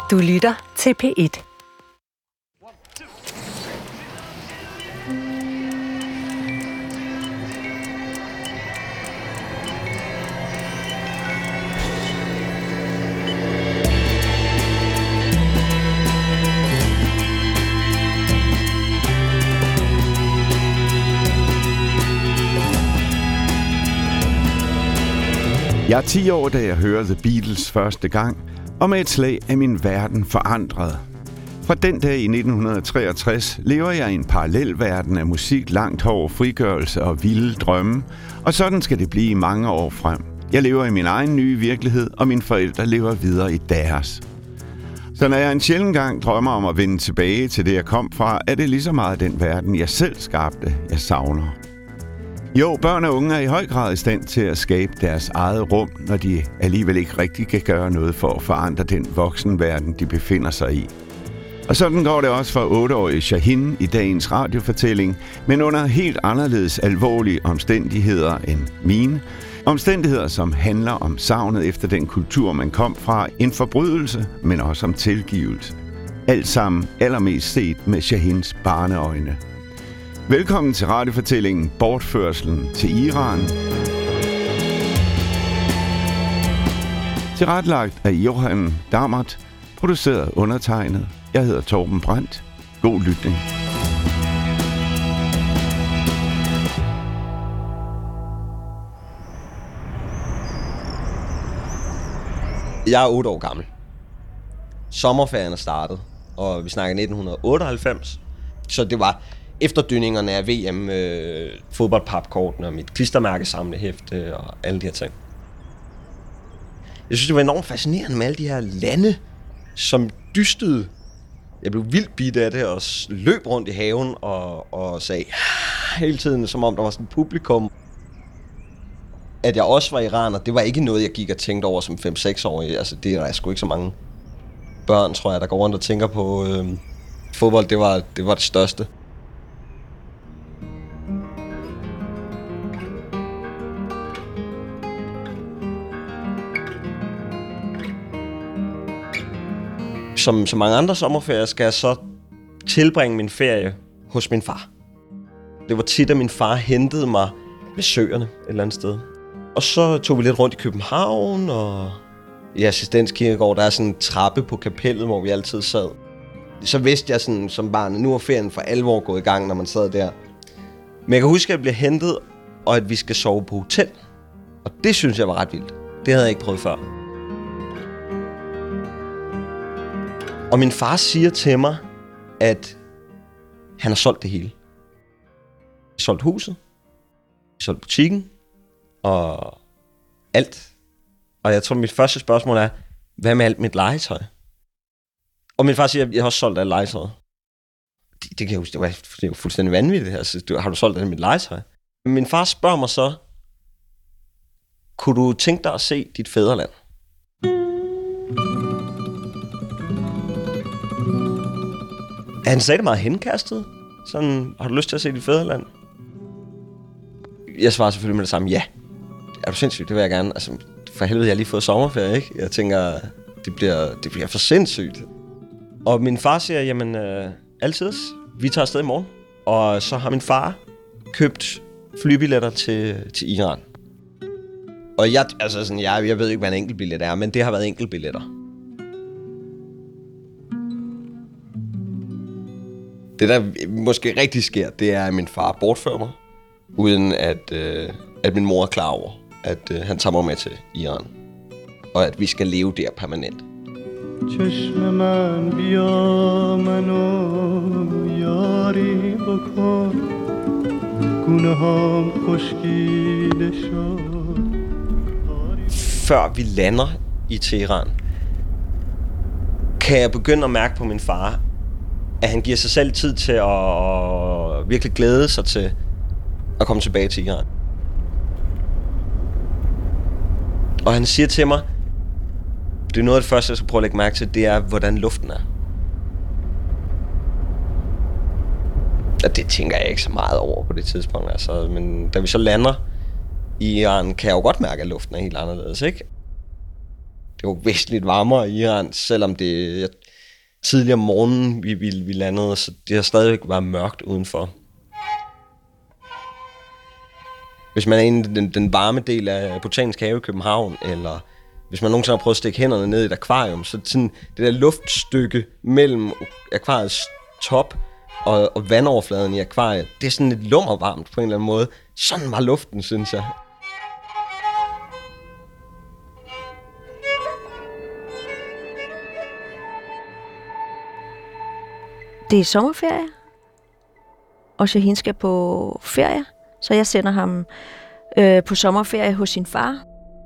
Du lytter til P1. Jeg er 10 år, da jeg hører The Beatles første gang, og med et slag er min verden forandret. Fra den dag i 1963 lever jeg i en parallelverden af musik langt over frigørelse og vilde drømme, og sådan skal det blive i mange år frem. Jeg lever i min egen nye virkelighed, og mine forældre lever videre i deres. Så når jeg en sjælden gang drømmer om at vende tilbage til det, jeg kom fra, er det lige så meget den verden, jeg selv skabte, jeg savner. Jo, børn og unge er i høj grad i stand til at skabe deres eget rum, når de alligevel ikke rigtig kan gøre noget for at forandre den voksenverden, de befinder sig i. Og sådan går det også for 8-årige Shahin i dagens radiofortælling, men under helt anderledes alvorlige omstændigheder end mine. Omstændigheder, som handler om savnet efter den kultur, man kom fra, en forbrydelse, men også om tilgivelse. Alt sammen allermest set med Shahins barneøjne. Velkommen til radiofortællingen Bortførslen til Iran. Tilrettelagt af Johan Dammert, produceret undertegnet. Jeg hedder Torben Brandt. God lytning. Jeg er 8 år gammel. Sommerferien er startet, og vi snakker 1998, så det var efterdønningerne af VM, fodboldpapkortene og mit klistermærkesamlehæfte og alle de her ting. Jeg synes, det var enormt fascinerende med alle de her lande, som dystede. Jeg blev vildt bidt af det og løb rundt i haven og sagde hele tiden, som om der var sådan et publikum. At jeg også var iraner, det var ikke noget, jeg gik og tænkte over som 5-6-årig. Altså, det er sgu ikke så mange børn, tror jeg, der går rundt og tænker på fodbold. Det var det største. Som så mange andre sommerferier skal jeg så tilbringe min ferie hos min far. Det var tit, at min far hentede mig ved søerne et eller andet sted. Og så tog vi lidt rundt i København, og i Assistenskirkegård, der er sådan en trappe på kapellet, hvor vi altid sad. Så vidste jeg sådan, som barn, nu er ferien for alvor gået i gang, når man sad der. Men jeg kan huske, at jeg blev hentet, og at vi skal sove på hotel. Og det synes jeg var ret vildt. Det havde jeg ikke prøvet før. Og min far siger til mig, at han har solgt det hele. Jeg har solgt huset, jeg har solgt butikken, og alt. Og jeg tror, mit første spørgsmål er, hvad med alt mit legetøj? Og min far siger, at jeg har også solgt alt legetøj. Det kan jeg huske, det var fuldstændig vanvittigt. Altså, har du solgt alt mit legetøj? Min far spørger mig så, kunne du tænke dig at se dit fædreland? Han sagde det meget henkastet. Sådan, har du lyst til at se dit fædreland? Jeg svarer selvfølgelig med det samme, ja. Er du sindssygt? Det vil jeg gerne. Altså, for helvede, jeg har lige fået sommerferie, ikke? Jeg tænker, det bliver for sindssygt. Og min far siger, jamen, altid, vi tager afsted i morgen. Og så har min far købt flybilletter til Iran. Og jeg ved ikke, hvad en enkeltbillet er, men det har været enkeltbilletter. Det, der måske rigtig sker, det er, at min far bortfører mig, uden at min mor er klar over, at han tager mig med til Iran. Og at vi skal leve der permanent. Før vi lander i Teheran, kan jeg begynde at mærke på min far, at han giver sig selv tid til at virkelig glæde sig til at komme tilbage til Iran. Og han siger til mig, det er noget af det første, jeg skal prøve at lægge mærke til, det er, hvordan luften er. Og det tænker jeg ikke så meget over på det tidspunkt, altså. Men da vi så lander i Iran, kan jeg jo godt mærke, at luften er helt anderledes, ikke? Det var væsentligt varmere i Iran, selvom det tidligere om morgenen, vi landede, så det har stadigvæk været mørkt udenfor. Hvis man er inde i den varme del af Botanisk Have i København, eller hvis man nogensinde har prøvet at stikke hænderne ned i et akvarium, så sådan det der luftstykke mellem akvariets top og vandoverfladen i akvariet, det er sådan lidt lummervarmt på en eller anden måde. Sådan var luften, synes jeg. Det er sommerferie, og Shaheen skal på ferie, så jeg sender ham på sommerferie hos sin far.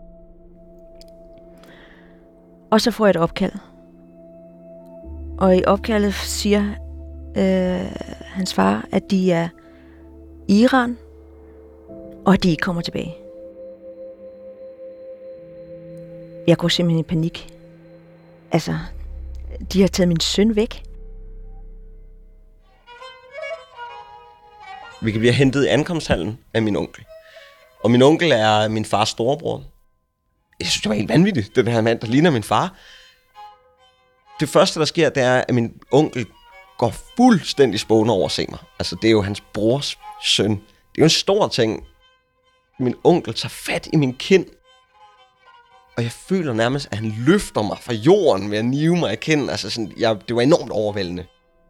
Og så får jeg et opkald. Og i opkaldet siger hans far, at de er i Iran, og at de ikke kommer tilbage. Jeg går simpelthen i panik. Altså, de har taget min søn væk. Vi bliver hentet i ankomsthallen af min onkel. Og min onkel er min fars storebror. Jeg synes, det var helt vanvittigt, den her mand, der ligner min far. Det første, der sker, det er, at min onkel går fuldstændig spående over at se mig. Altså, det er jo hans brors søn. Det er jo en stor ting. Min onkel tager fat i min kind. Og jeg føler nærmest, at han løfter mig fra jorden ved at nive mig i kinden. Altså, sådan, det var enormt overvældende.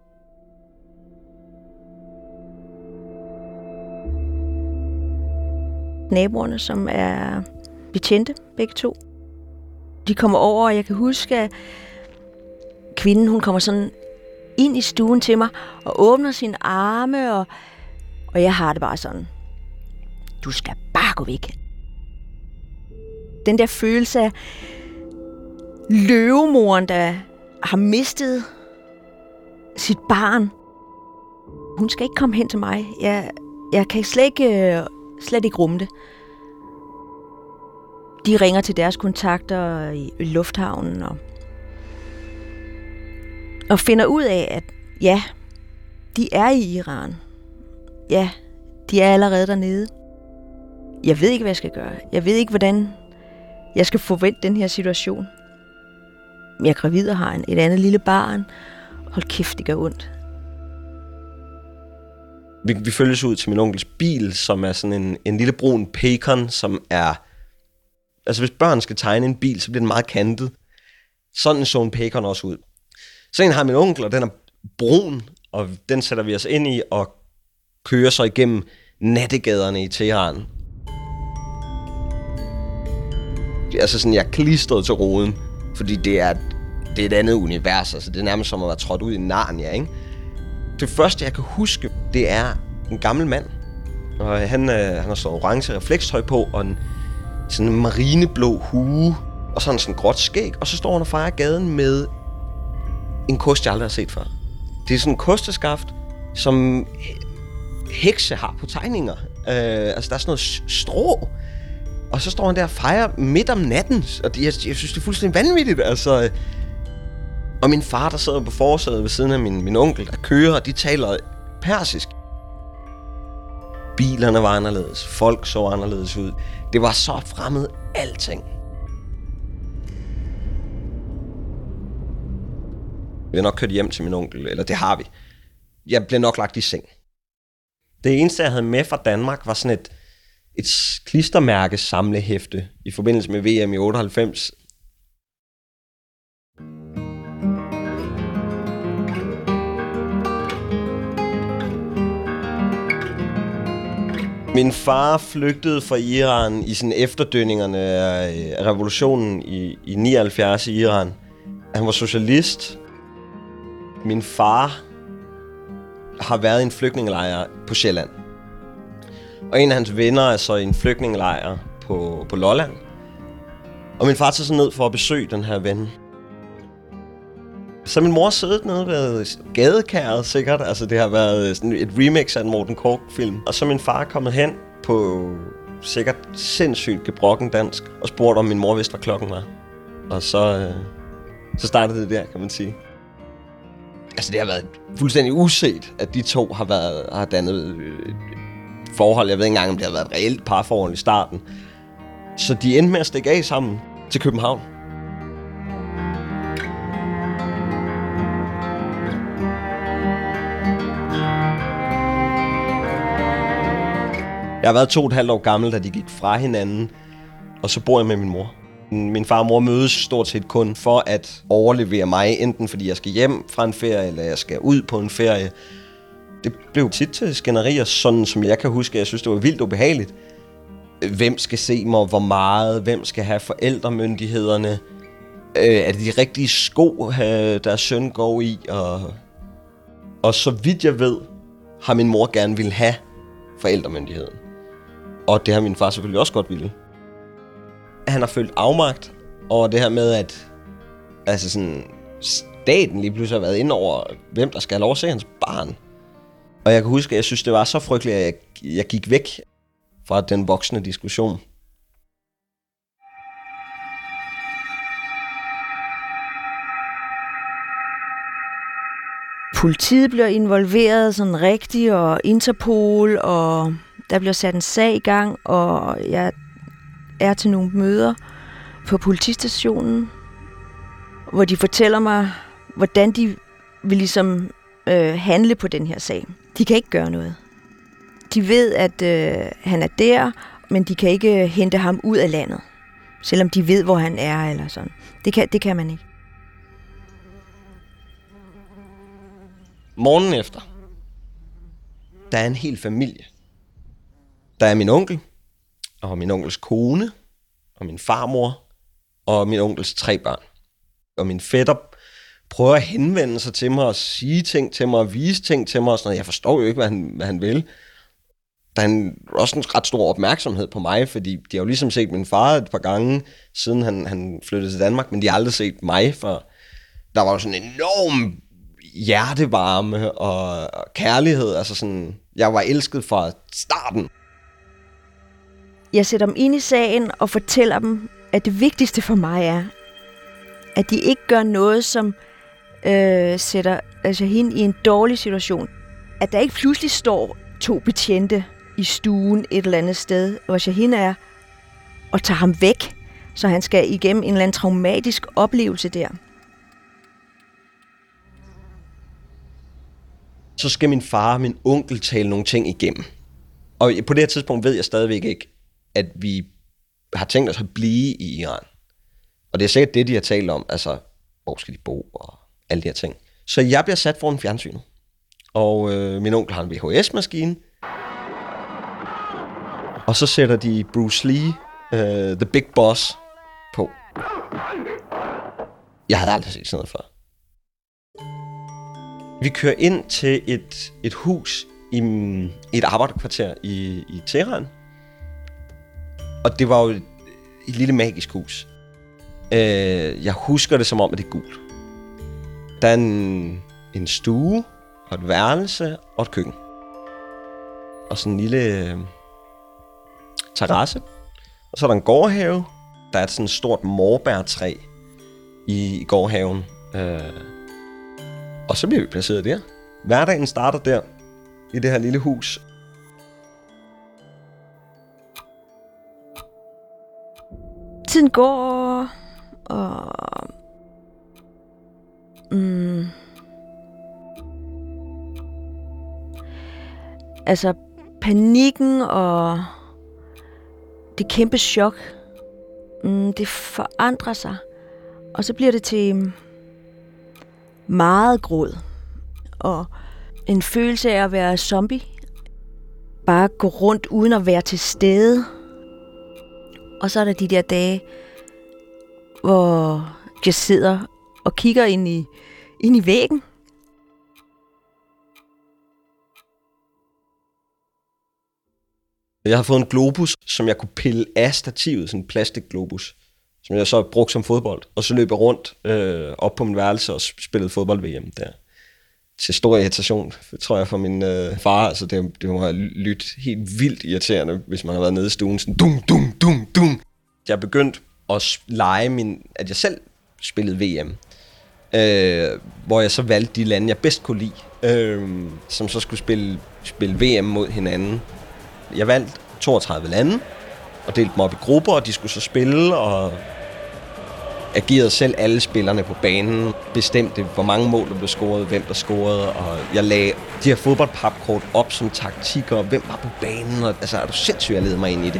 Naboerne, som er betjente, begge to. De kommer over, og jeg kan huske, at kvinden, hun kommer sådan ind i stuen til mig, og åbner sine arme, og jeg har det bare sådan. Du skal bare gå væk. Den der følelse af løvemoren, der har mistet sit barn. Hun skal ikke komme hen til mig. Jeg kan slet ikke rumme det. De ringer til deres kontakter i lufthavnen og finder ud af, at ja, de er i Iran. Ja, de er allerede dernede. Jeg ved ikke, hvad jeg skal gøre. Jeg ved ikke, hvordan jeg skal forvente den her situation. Jeg er gravid og har et andet lille barn. Hold kæft, det gør ondt. Vi følges ud til min onkels bil, som er sådan en lille brun Paycon, som er... Altså, hvis børn skal tegne en bil, så bliver den meget kantet. Sådan så en Paycon også ud. Så en har min onkel, og den er brun, og den sætter vi os ind i og kører så igennem nattegaderne i Teheran. Altså sådan, jeg er klistret til ruden, fordi det er et andet univers. Altså, det er nærmest som at være trådt ud i Narnia, ikke? Det første, jeg kan huske, det er en gammel mand. Og han har så orange reflekstøj på, og sådan en marineblå hue, og sådan gråt skæg. Og så står han og fejrer gaden med en kost, jeg aldrig har set før. Det er sådan en kosteskaft, som hekse har på tegninger. Altså, der er sådan noget strå. Og så står han der og fejrer midt om natten. Og jeg synes, det er fuldstændig vanvittigt, altså... Og min far, der sidder på forsædet ved siden af min onkel, der kører, og de taler persisk. Bilerne var anderledes, folk så anderledes ud. Det var så fremmed alting. Vi har nok kørt hjem til min onkel, eller det har vi. Jeg blev nok lagt i seng. Det eneste, jeg havde med fra Danmark, var sådan et klistermærke samlehæfte i forbindelse med VM i 98. Min far flygtede fra Iran i sådan efterdønningerne af revolutionen i 79 i Iran. Han var socialist. Min far har været i en flygtningelejr på Sjælland. Og en af hans venner er så i en flygtningelejr på Lolland. Og min far tager så ned for at besøge den her ven. Så min mor siddet nede ved gadekæret sikkert. Altså det har været sådan et remix af en Morten Korch-film. Og så min far kommet hen på sikkert sindssygt gebrokken dansk og spurgte, om min mor vidste, hvad klokken var. Og så startede det der, kan man sige. Altså det har været fuldstændig uset, at de to har dannet forhold. Jeg ved ikke engang, om det har været et reelt parforhold i starten. Så de endte med at stikke af sammen til København. Jeg har været 2,5 år gammel, da de gik fra hinanden, og så bor jeg med min mor. Min far og mor mødes stort set kun for at overlevere mig, enten fordi jeg skal hjem fra en ferie, eller jeg skal ud på en ferie. Det blev tit til skænderier, sådan som jeg kan huske. Jeg synes, det var vildt ubehageligt. Hvem skal se mig, hvor meget? Hvem skal have forældremyndighederne? Er det de rigtige sko, deres søn går i? Og så vidt jeg ved, har min mor gerne ville have forældremyndigheden. Og det har min far selvfølgelig også godt ville. Han har følt afmagt over det her med, at altså sådan, staten lige pludselig har været inde over, hvem der skal have lov at se hans barn. Og jeg kan huske, at jeg synes, det var så frygteligt, at jeg gik væk fra den voksne diskussion. Politiet bliver involveret sådan rigtigt, og Interpol, og der bliver sat en sag i gang, og jeg er til nogle møder på politistationen, hvor de fortæller mig, hvordan de vil ligesom handle på den her sag. De kan ikke gøre noget. De ved, at han er der, men de kan ikke hente ham ud af landet, selvom de ved, hvor han er eller sådan. Det kan man ikke. Morgenen efter, der er en hel familie. Der er min onkel, og min onkels kone, og min farmor, og min onkels 3 børn. Og min fætter prøver at henvende sig til mig, og sige ting til mig, og vise ting til mig, og sådan noget. Jeg forstår jo ikke, hvad han vil. Der er også en ret stor opmærksomhed på mig, fordi de har jo ligesom set min far et par gange, siden han flyttede til Danmark, men de har aldrig set mig, for der var jo sådan en enorm hjertevarme og kærlighed. Altså sådan, jeg var elsket fra starten. Jeg sætter dem ind i sagen og fortæller dem, at det vigtigste for mig er, at de ikke gør noget, som sætter hende i en dårlig situation. At der ikke pludselig står 2 betjente i stuen et eller andet sted, hvor Shaheen er, og tager ham væk, så han skal igennem en eller anden traumatisk oplevelse der. Så skal min far og min onkel tale nogle ting igennem. Og på det her tidspunkt ved jeg stadigvæk ikke, at vi har tænkt os at blive i Iran. Og det er sikkert det, de har talt om. Altså, hvor skal de bo og alle de her ting. Så jeg bliver sat foran fjernsynet. Og min onkel har en VHS-maskine. Og så sætter de Bruce Lee, The Big Boss, på. Jeg havde aldrig set sådan noget før. Vi kører ind til et hus i et arbejderkvarter i Teheran. Og det var jo et lille magisk hus. Jeg husker det som om, at det er gult. Der er en stue, og et værelse og et køkken. Og sådan en lille terrasse. Og så er der en gårdhave. Der er sådan et stort morbærtræ i gårdhaven. Og så bliver vi placeret der. Hverdagen starter der, i det her lille hus. Tiden går, og altså panikken og det kæmpe chok, det forandrer sig. Og så bliver det til meget gråd og en følelse af at være zombie. Bare gå rundt uden at være til stede. Og så er der de der dage, hvor jeg sidder og kigger ind i væggen. Jeg har fået en globus, som jeg kunne pille af stativet, sådan en plastikglobus, som jeg så brugte som fodbold. Og så løb jeg rundt op på min værelse og spillede fodbold-VM der. Til stor irritation, tror jeg, for min far. Altså det må have lyttet helt vildt irriterende, hvis man har været nede i stuen. Sådan dum, dum, dum, dum. Jeg begyndte at lege at jeg selv spillede VM. Hvor jeg så valgte de lande, jeg bedst kunne lide. Som så skulle spille VM mod hinanden. Jeg valgte 32 lande, og delte dem op i grupper, og de skulle så spille, og agerede selv alle spillerne på banen, bestemte, hvor mange mål der blev scoret, hvem der scorede, og jeg lagde de her fodboldpapkort op som taktikker, hvem var på banen, og altså er du sindssygt, jeg ledte mig ind i det.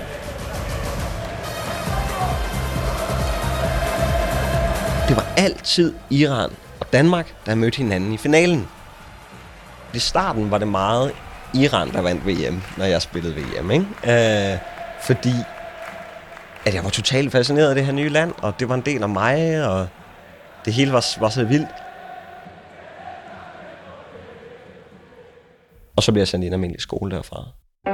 Det var altid Iran og Danmark, der mødte hinanden i finalen. I starten var det meget Iran, der vandt VM, når jeg spillede VM, ikke? Fordi at jeg var totalt fascineret af det her nye land, og det var en del af mig, og det hele var så vildt. Og så bliver jeg sendt i en almindelig skole derfra.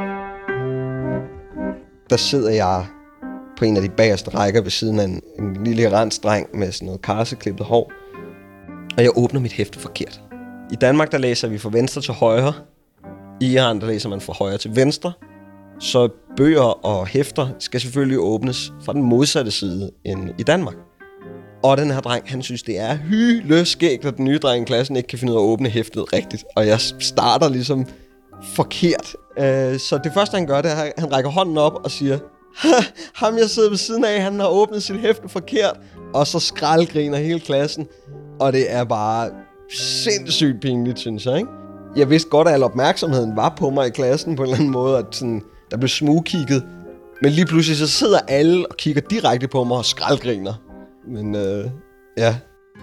Der sidder jeg på en af de bagerste rækker ved siden af en lille iransk-dreng med sådan noget karseklippet hår, og jeg åbner mit hæfte forkert. I Danmark, der læser vi fra venstre til højre. I Iran, der læser man fra højre til venstre. Så bøger og hæfter skal selvfølgelig åbnes fra den modsatte side end i Danmark. Og den her dreng, han synes, det er hyldeskægt, at den nye dreng i klassen ikke kan finde ud af at åbne hæftet rigtigt. Og jeg starter ligesom forkert. Så det første, han gør, det er, at han rækker hånden op og siger, ham jeg sidder ved siden af, han har åbnet sit hæfte forkert. Og så skraldgriner hele klassen. Og det er bare sindssygt pinligt, synes jeg, ikke? Jeg vidste godt, at al opmærksomheden var på mig i klassen på en eller anden måde, at sådan, der blev smugkigget. Men lige pludselig så sidder alle og kigger direkte på mig og skraldgriner. Men ja.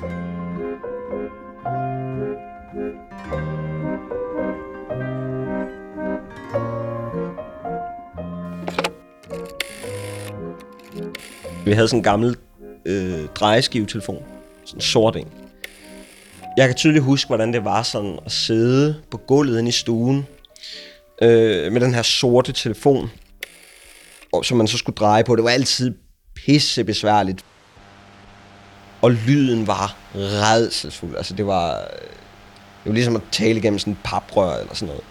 Vi havde sådan en gammel drejeskivetelefon. Sådan en sort en. Jeg kan tydeligt huske, hvordan det var sådan at sidde på gulvet inde i stuen med den her sorte telefon, som man så skulle dreje på. Det var altid pisse besværligt. Og lyden var rædselsfuld. Altså det var ligesom at tale igennem sådan et paprør eller sådan noget.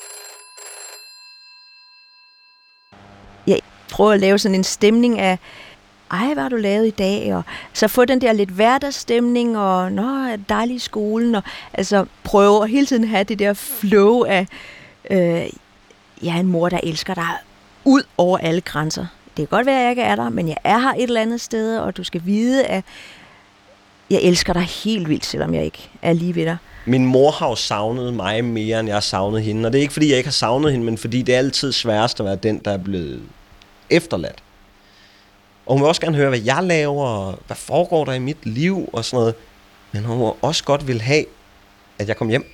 Jeg prøver at lave sådan en stemning af, ej, hvad har du lavet i dag? Og så få den der lidt hverdagsstemning, og er det dejligt i skolen, og altså prøve hele tiden at have det der flow af, en mor, der elsker dig ud over alle grænser. Det kan godt være, at jeg ikke er der, men jeg er her et eller andet sted, og du skal vide, at jeg elsker dig helt vildt, selvom jeg ikke er lige ved dig. Min mor har jo savnet mig mere, end jeg har savnet hende, og det er ikke, fordi jeg ikke har savnet hende, men fordi det er altid sværest at være den, der er blevet efterladt. Og hun vil også gerne høre, hvad jeg laver, og hvad foregår der i mit liv, og sådan noget. Men hun må også godt vil have, at jeg kom hjem.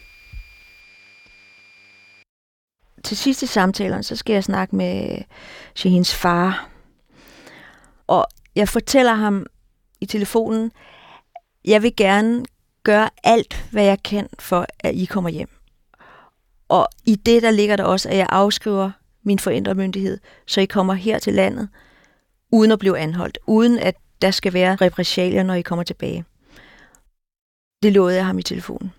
Til sidst i samtalen, så skal jeg snakke med Shahins far. Og jeg fortæller ham i telefonen, jeg vil gerne gøre alt, hvad jeg kan, for at I kommer hjem. Og i det, der ligger der også, at jeg afskriver min forældremyndighed, så I kommer her til landet, uden at blive anholdt, uden at der skal være repressalier, når I kommer tilbage. Det lovede jeg ham i telefonen.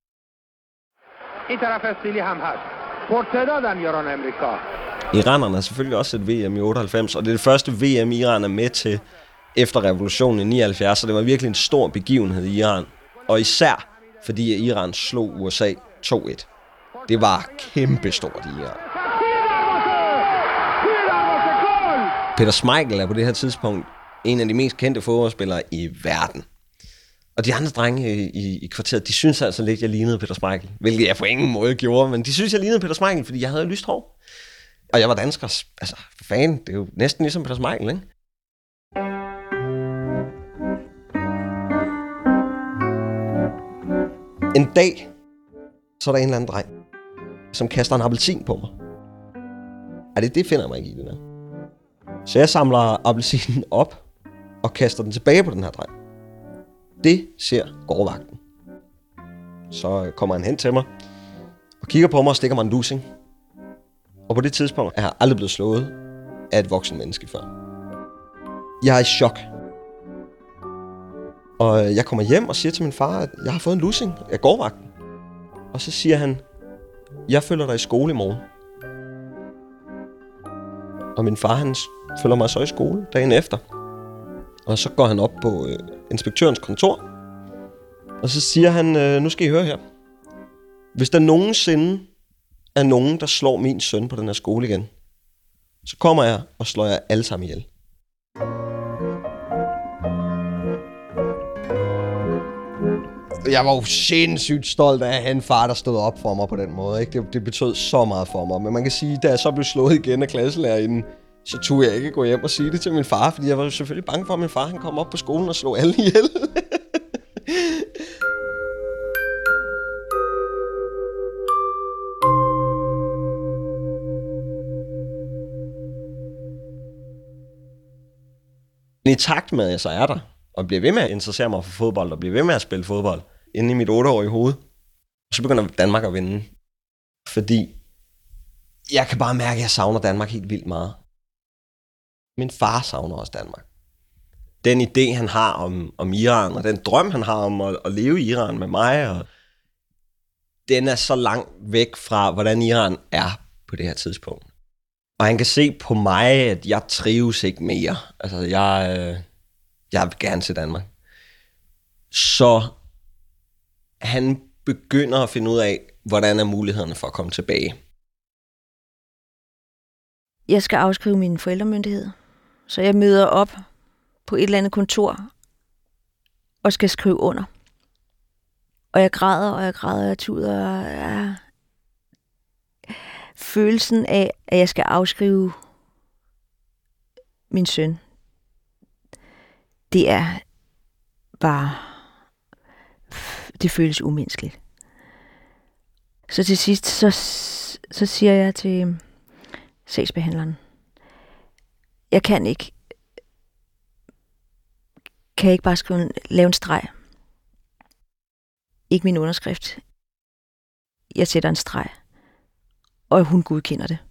Iranerne har selvfølgelig også et VM i 98, og det er det første VM, Iran er med til efter revolutionen i 79, så det var virkelig en stor begivenhed i Iran. Og især fordi Iran slog USA 2-1. Det var kæmpestort i Iran. Peter Schmeichel er på det her tidspunkt en af de mest kendte fodboldspillere i verden. Og de andre drenge i kvarteret, de synes altså lidt, jeg lignede Peter Schmeichel. Hvilket jeg på ingen måde gjorde, men de synes, jeg lignede Peter Schmeichel, fordi jeg havde lyst hår. Og jeg var danskers fan. Det er jo næsten ligesom Peter Schmeichel, ikke? En dag, så er der en eller anden dreng, som kaster en appelsin på mig. Det finder mig ikke i det der. Så jeg samler appelsinen op og kaster den tilbage på den her dreng. Det ser gårdvagten. Så kommer han hen til mig og kigger på mig og stikker mig en lussing. Og på det tidspunkt er jeg aldrig blevet slået af et voksen menneske før. Jeg er i chok. Og jeg kommer hjem og siger til min far, at jeg har fået en lussing af gårdvagten. Og så siger han, jeg følger dig i skole i morgen. Og min far, han følger mig så i skole dagen efter. Og så går han op på inspektørens kontor. Og så siger han, nu skal I høre her. Hvis der nogensinde er nogen, der slår min søn på den her skole igen, så kommer jeg og slår jer alle sammen ihjel. Jeg var jo sindssygt stolt af at have en far, der stod op for mig på den måde. Ikke? Det betød så meget for mig. Men man kan sige, da jeg så blev slået igen af klasselærerinden, så turde jeg ikke gå hjem og sige det til min far, fordi jeg var jo selvfølgelig bange for, at min far han kom op på skolen og slog alle ihjel. I takt med, at jeg så er der, og bliver ved med at interessere mig for fodbold, og bliver ved med at spille fodbold, inde i mit 8-årige hoved, så begynder Danmark at vinde. Fordi jeg kan bare mærke, at jeg savner Danmark helt vildt meget. Min far savner også Danmark. Den idé, han har om Iran, og den drøm, han har om at leve i Iran med mig, og den er så langt væk fra, hvordan Iran er på det her tidspunkt. Og han kan se på mig, at jeg trives ikke mere. Altså, jeg vil gerne til Danmark. Så han begynder at finde ud af, hvordan er mulighederne for at komme tilbage. Jeg skal afskrive min forældremyndighed. Så jeg møder op på et eller andet kontor og skal skrive under. Og jeg græder, og jeg tuder, og jeg... Følelsen af, at jeg skal afskrive min søn, det er bare... Det føles umenneskeligt. Så til sidst, så siger jeg til sagsbehandleren, jeg kan ikke bare lave en streg. Ikke min underskrift. Jeg sætter en streg. Og hun godkender det.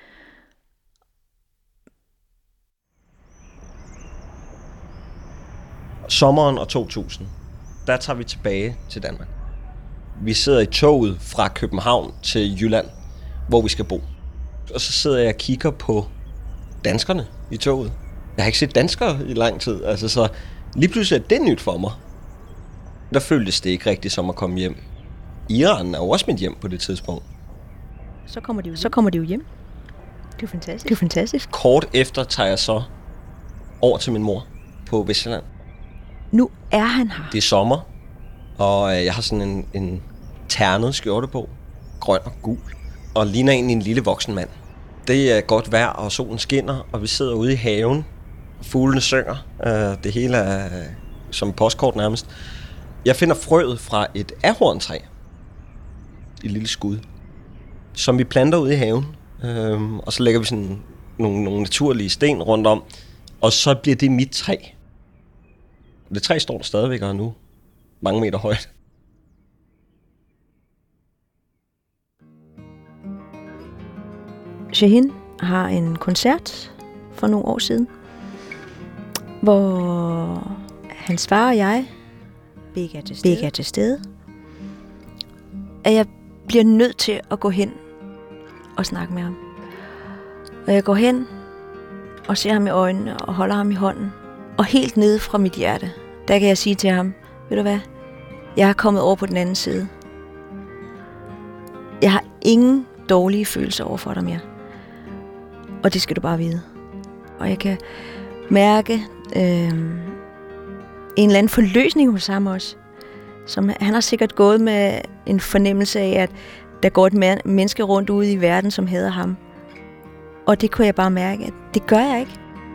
Sommeren år 2000, der tager vi tilbage til Danmark. Vi sidder i toget fra København til Jylland, hvor vi skal bo. Og så sidder jeg og kigger på danskerne i toget. Jeg har ikke set danskere i lang tid, altså så lige pludselig er det nyt for mig. Der føltes det ikke rigtigt som at komme hjem. Iran er jo også mit hjem på det tidspunkt. Så kommer de jo hjem. Det er jo fantastisk. Kort efter tager jeg så over til min mor på Vestjylland. Nu er han her. Det er sommer, og jeg har sådan en ternet skjorte på. Grøn og gul. Og ligner egentlig en lille voksen mand. Det er godt vejr, og solen skinner, og vi sidder ude i haven. Fuglene synger. Det hele er som et postkort nærmest. Jeg finder frøet fra et ahorntræ. Et lille skud. Som vi planter ud i haven, og så lægger vi sådan nogle naturlige sten rundt om, og så bliver det mit træ. Det træ står der stadigvæk og nu mange meter højt. Shahin har en koncert for nogle år siden, hvor hans far og jeg begge er til stede. At jeg bliver nødt til at gå hen og snakke med ham. Og jeg går hen og ser ham i øjnene og holder ham i hånden. Og helt nede fra mit hjerte, der kan jeg sige til ham, ved du hvad, jeg er kommet over på den anden side. Jeg har ingen dårlige følelser over for dig mere. Og det skal du bare vide. Og jeg kan mærke en eller anden forløsning hos ham også. Som han har sikkert gået med en fornemmelse af, at der går et menneske rundt ude i verden, som hader ham. Og det kunne jeg bare mærke, at det gør jeg ikke.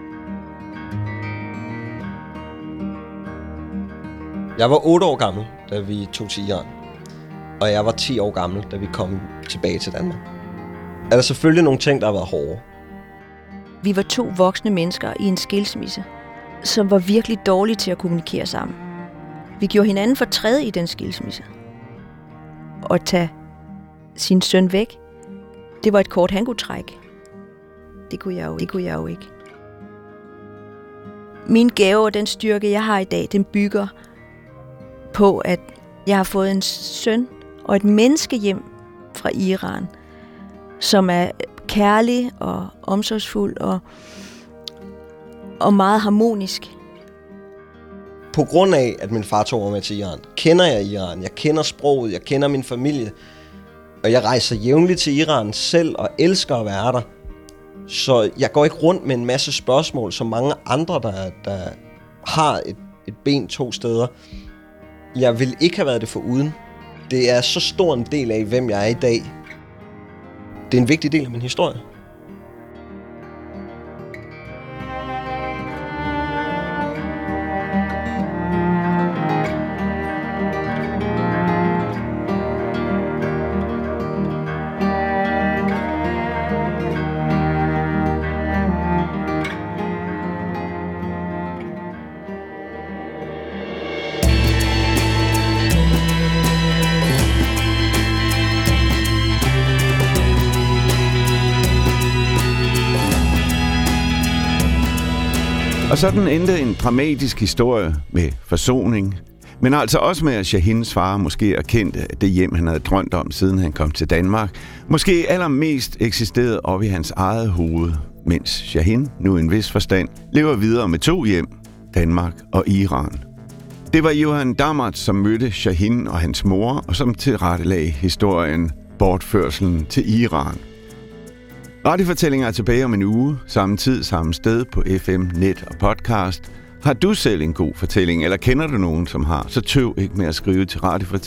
Jeg var 8 år gammel, da vi tog til Iran. Og jeg var 10 år gammel, da vi kom tilbage til Danmark. Er der selvfølgelig nogle ting, der har været hårde. Vi var 2 voksne mennesker i en skilsmisse, som var virkelig dårlige til at kommunikere sammen. Vi gjorde hinanden fortræd i den skilsmisse. At tage sin søn væk, det var et kort, han kunne trække. Det kunne jeg jo ikke. Min gave og den styrke, jeg har i dag, den bygger på, at jeg har fået en søn og et menneske hjem fra Iran, som er kærlig og omsorgsfuld og meget harmonisk. På grund af, at min far tog mig med til Iran, kender jeg Iran, jeg kender sproget, jeg kender min familie, og jeg rejser jævnligt til Iran selv og elsker at være der. Så jeg går ikke rundt med en masse spørgsmål, som mange andre, der har et ben 2 steder. Jeg vil ikke have været det foruden. Det er så stor en del af, hvem jeg er i dag. Det er en vigtig del af min historie. Og sådan endte en dramatisk historie med forsoning, men altså også med, at Shahins far måske erkendte, at det hjem, han havde drømt om, siden han kom til Danmark, måske allermest eksisterede op i hans eget hoved, mens Shahin, nu i en vis forstand, lever videre med 2 hjem, Danmark og Iran. Det var Johan Dammert, som mødte Shahin og hans mor, og som tilrettelagde historien Bortførslen til Iran. Radiofortællinger er tilbage om en uge, samme tid, samme sted på FM, net og podcast. Har du selv en god fortælling, eller kender du nogen, som har, så tøv ikke med at skrive til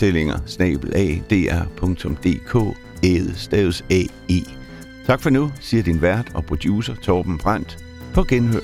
radiofortællinger@dr.dk, staves AE. Tak for nu, siger din vært og producer Torben Brandt. På genhør.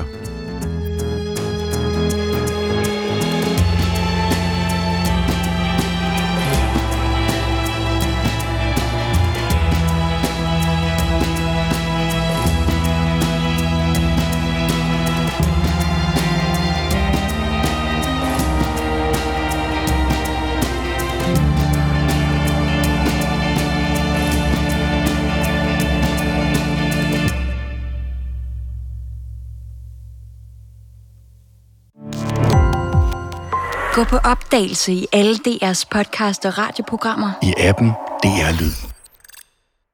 Gå på opdagelse i alle DR's podcast og radioprogrammer. I appen DR Lyd.